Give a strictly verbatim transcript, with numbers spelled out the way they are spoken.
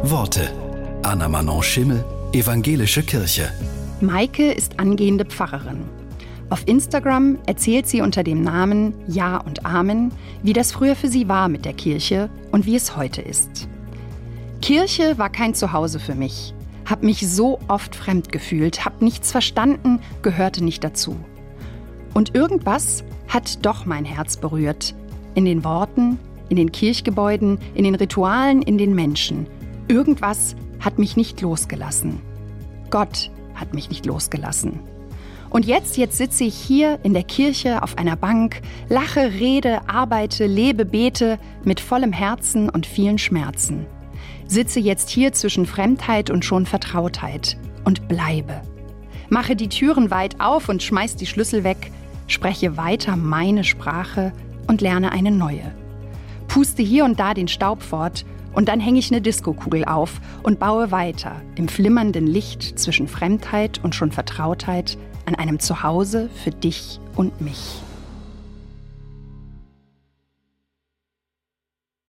Worte. Anna-Manon Schimmel, Evangelische Kirche. Maike ist angehende Pfarrerin. Auf Instagram erzählt sie unter dem Namen Ja und Amen, wie das früher für sie war mit der Kirche und wie es heute ist. Kirche war kein Zuhause für mich. Hab mich so oft fremd gefühlt, hab nichts verstanden, gehörte nicht dazu. Und irgendwas hat doch mein Herz berührt. In den Worten, in den Kirchgebäuden, in den Ritualen, in den Menschen. Irgendwas hat mich nicht losgelassen. Gott hat mich nicht losgelassen. Und jetzt, jetzt sitze ich hier in der Kirche auf einer Bank, lache, rede, arbeite, lebe, bete mit vollem Herzen und vielen Schmerzen. Sitze jetzt hier zwischen Fremdheit und schon Vertrautheit und bleibe. Mache die Türen weit auf und schmeiß die Schlüssel weg, spreche weiter meine Sprache und lerne eine neue. Puste hier und da den Staub fort und dann hänge ich eine Diskokugel auf und baue weiter im flimmernden Licht zwischen Fremdheit und schon Vertrautheit an einem Zuhause für dich und mich.